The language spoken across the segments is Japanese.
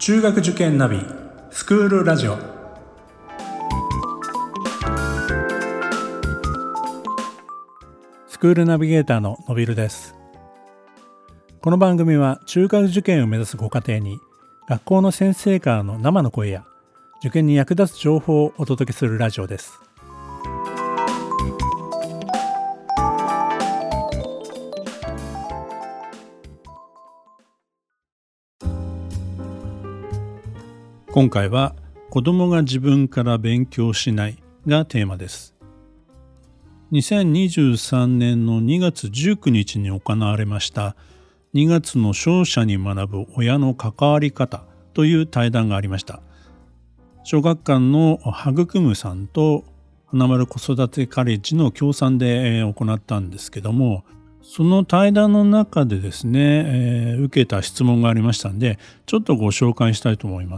中学受験ナビスクールラジオ。スクールナビゲーターののびるです。この番組は中学受験を目指すご家庭に学校の先生からの生の声や受験に役立つ情報をお届けするラジオです。今回は子供が自分から勉強しないがテーマです。2023年の2月19日に行われました2月の勝者に学ぶ親の関わり方という対談がありました。小学館の育むさんと花丸子育てカレッジの協賛で行ったんですけども、その対談の中でですね、受けた質問がありましたんで、ちょっとご紹介したいと思います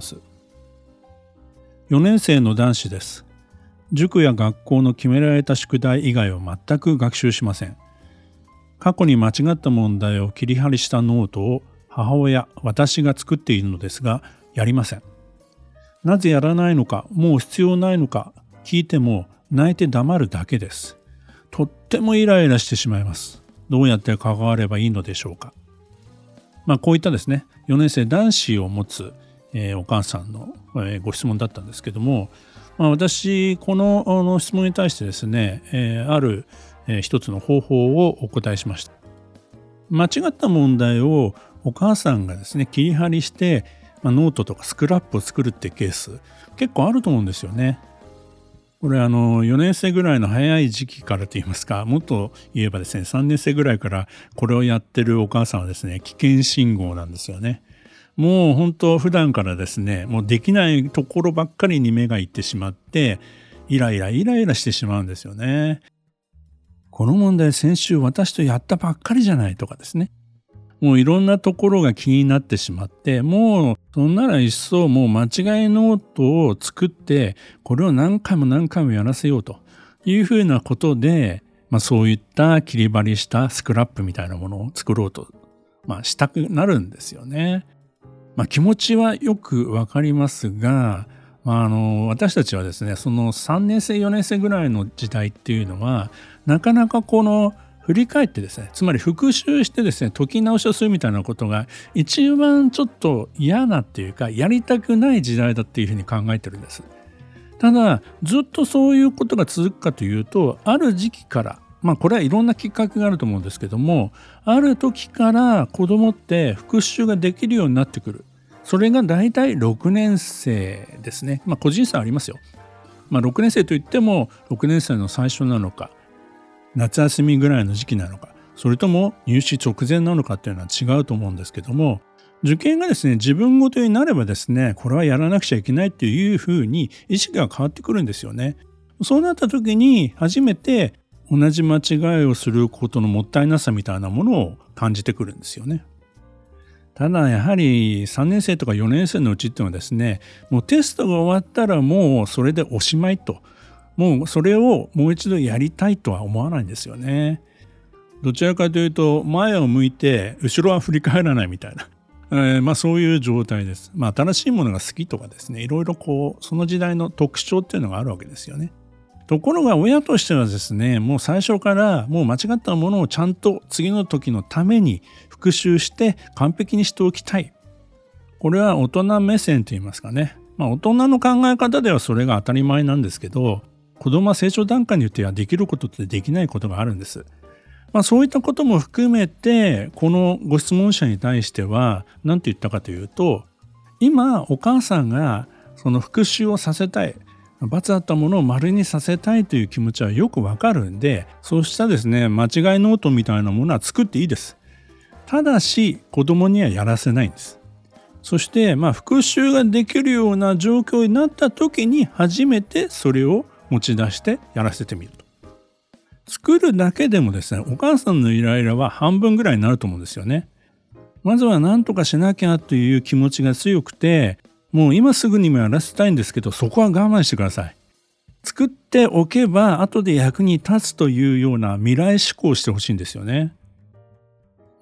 。4年生の男子です。塾や学校の決められた宿題以外は全く学習しません。過去に間違った問題を切り貼りしたノートを母親、私が作っているのですが、やりません。なぜやらないのか、もう必要ないのか聞いても泣いて黙るだけです。とってもイライラしてしまいます。どうやって関わればいいのでしょうか。こういったですね、4年生男子を持つお母さんのご質問だったんですけども、私この質問に対してですね、ある一つの方法をお答えしました。間違った問題をお母さんがですね切り貼りして、ノートとかスクラップを作るってケース結構あると思うんですよね。これ4年生ぐらいの早い時期からといいますか、もっと言えばですね3年生ぐらいからこれをやってるお母さんはですね危険信号なんですよね。もう本当普段からですねもうできないところばっかりに目がいってしまってイライラしてしまうんですよね。この問題先週私とやったばっかりじゃないとかですね、もういろんなところが気になってしまって、もうそんなら一層もう間違いノートを作ってこれを何回もやらせようというふうなことで、そういった切り貼りしたスクラップみたいなものを作ろうと、したくなるんですよね。気持ちはよくわかりますが、私たちはですねその3年生4年生ぐらいの時代っていうのはなかなかこの振り返ってですね、つまり復習してですね解き直しをするみたいなことが一番ちょっと嫌なっていうかやりたくない時代だっていうふうに考えてるんです。ただずっとそういうことが続くかというと、ある時期からこれはいろんなきっかけがあると思うんですけども、ある時から子供って復習ができるようになってくる。それがだいたい6年生ですね。個人差ありますよ。6年生といっても6年生の最初なのか、夏休みぐらいの時期なのか、それとも入試直前なのかっていうのは違うと思うんですけども、受験がですね自分ごとになればですねこれはやらなくちゃいけないっていうふうに意識が変わってくるんですよね。そうなった時に初めて同じ間違いをすることのもったいなさみたいなものを感じてくるんですよね。ただやはり3年生とか4年生のうちっていうのはですね、もうテストが終わったらもうそれでおしまいと、もうそれをもう一度やりたいとは思わないんですよね。どちらかというと前を向いて後ろは振り返らないみたいな、そういう状態です。新しいものが好きとかですね、いろいろその時代の特徴っていうのがあるわけですよね。ところが親としてはですね、もう最初からもう間違ったものをちゃんと次の時のために復習して完璧にしておきたい。これは大人目線といいますかね。大人の考え方ではそれが当たり前なんですけど、子供は成長段階によってはできることってできないことがあるんです。そういったことも含めてこのご質問者に対しては何て言ったかというと、今お母さんがその復習をさせたい、×だったものを丸にさせたいという気持ちはよくわかるんで、そうしたですね間違いノートみたいなものは作っていいです。ただし子供にはやらせないんです。そして復習ができるような状況になった時に初めてそれを持ち出してやらせてみると。作るだけでもですねお母さんのイライラは半分ぐらいになると思うんですよね。まずは何とかしなきゃという気持ちが強くて、もう今すぐにもやらせたいんですけど、そこは我慢してください。作っておけば後で役に立つというような未来志向をしてほしいんですよね。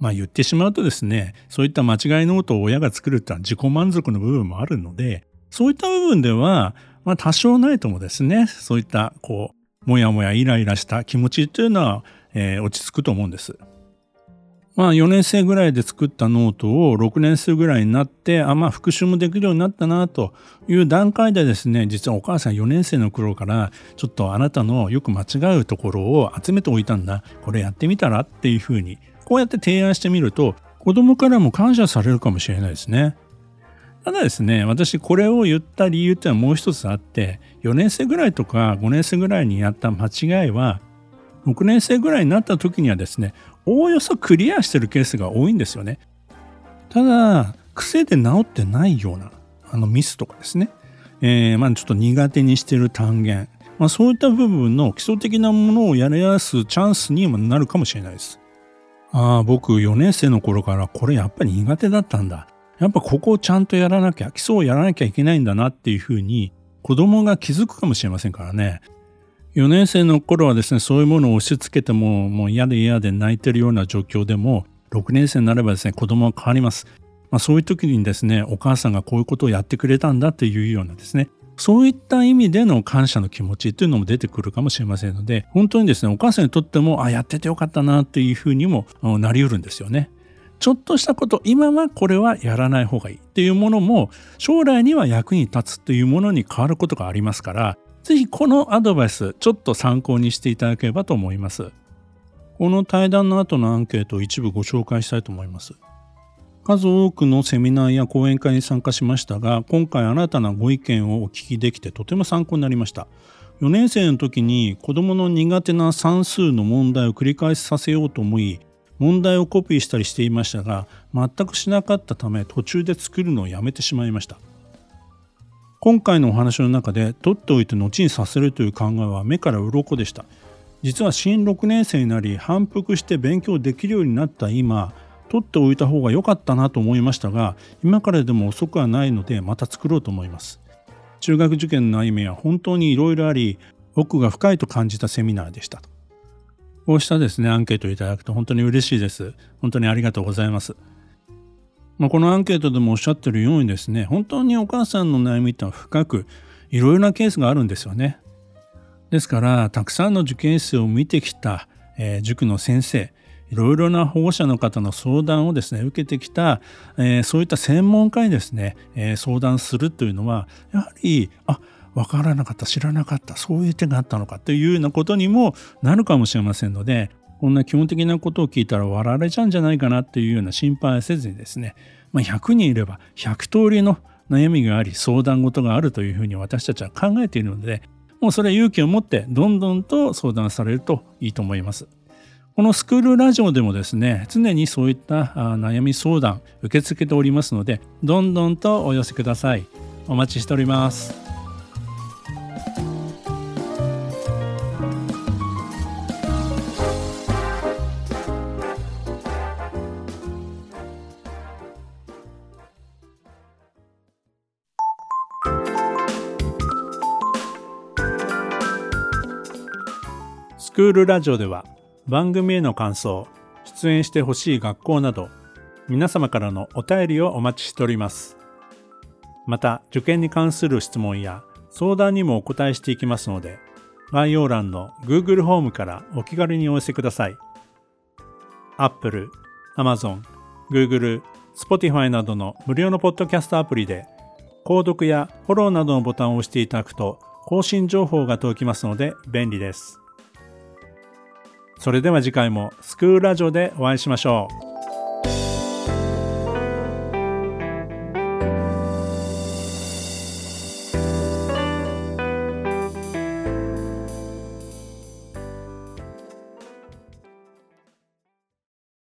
言ってしまうとですね、そういった間違いノートを親が作るってのは自己満足の部分もあるので、そういった部分では、多少ないともですね、そういったもやもやイライラした気持ちというのは、落ち着くと思うんです。4年生ぐらいで作ったノートを6年生ぐらいになって、復習もできるようになったなという段階でですね、実はお母さん4年生の頃からちょっとあなたのよく間違うところを集めておいたんだ。これやってみたらっていうふうに、こうやって提案してみると、子供からも感謝されるかもしれないですね。ただですね、私これを言った理由っていうのはもう一つあって、4年生ぐらいとか5年生ぐらいにやった間違いは、6年生ぐらいになった時にはですね、おおよそクリアしてるケースが多いんですよね。ただ、癖で治ってないようなミスとかですね、ちょっと苦手にしてる単元、そういった部分の基礎的なものをやりやすチャンスにもなるかもしれないです。僕4年生の頃からこれやっぱり苦手だったんだ。やっぱここをちゃんとやらなきゃ、基礎をやらなきゃいけないんだなっていうふうに子供が気づくかもしれませんからね。4年生の頃はですね、そういうものを押し付けてもう嫌で嫌で泣いてるような状況でも、6年生になればですね、子供は変わります。そういう時にですね、お母さんがこういうことをやってくれたんだっていうようなですね、そういった意味での感謝の気持ちというのも出てくるかもしれませんので、本当にですね、お母さんにとっても、やっててよかったなっていうふうにもなり得るんですよね。ちょっとしたこと、今はこれはやらない方がいいっていうものも、将来には役に立つというものに変わることがありますから、ぜひこのアドバイス、ちょっと参考にしていただければと思います。この対談の後のアンケートを一部ご紹介したいと思います。数多くのセミナーや講演会に参加しましたが、今回新たなご意見をお聞きできてとても参考になりました。4年生の時に子どもの苦手な算数の問題を繰り返しさせようと思い、問題をコピーしたりしていましたが、全くしなかったため途中で作るのをやめてしまいました。今回のお話の中で取っておいて後にさせるという考えは目から鱗でした。実は新6年生になり反復して勉強できるようになった今、取っておいた方が良かったなと思いましたが、今からでも遅くはないのでまた作ろうと思います。中学受験の歩みは本当にいろいろあり、奥が深いと感じたセミナーでしたと。こうしたですね、アンケートをいただくと本当に嬉しいです。本当にありがとうございます。このアンケートでもおっしゃってるようにですね、本当にお母さんの悩みってのは深く、いろいろなケースがあるんですよね。ですから、たくさんの受験生を見てきた、塾の先生、いろいろな保護者の方の相談をですね、受けてきた、そういった専門家にですね、相談するというのは、やはり、わからなかった、知らなかった、そういう手があったのかというようなことにもなるかもしれませんので、こんな基本的なことを聞いたら笑われちゃうんじゃないかなっていうような心配はせずにですね、100人いれば100通りの悩みがあり相談事があるというふうに私たちは考えているので、もうそれは勇気を持ってどんどんと相談されるといいと思います。このスクールラジオでもですね、常にそういった悩み相談受け付けておりますので、どんどんとお寄せください。お待ちしております。スクールラジオでは番組への感想、出演してほしい学校など皆様からのお便りをお待ちしております。また受験に関する質問や相談にもお答えしていきますので、概要欄の Google ホームからお気軽にお寄せください。Apple、Amazon、Google、Spotify などの無料のポッドキャストアプリで購読やフォローなどのボタンを押していただくと更新情報が届きますので便利です。それでは次回もスクールラジオでお会いしましょう。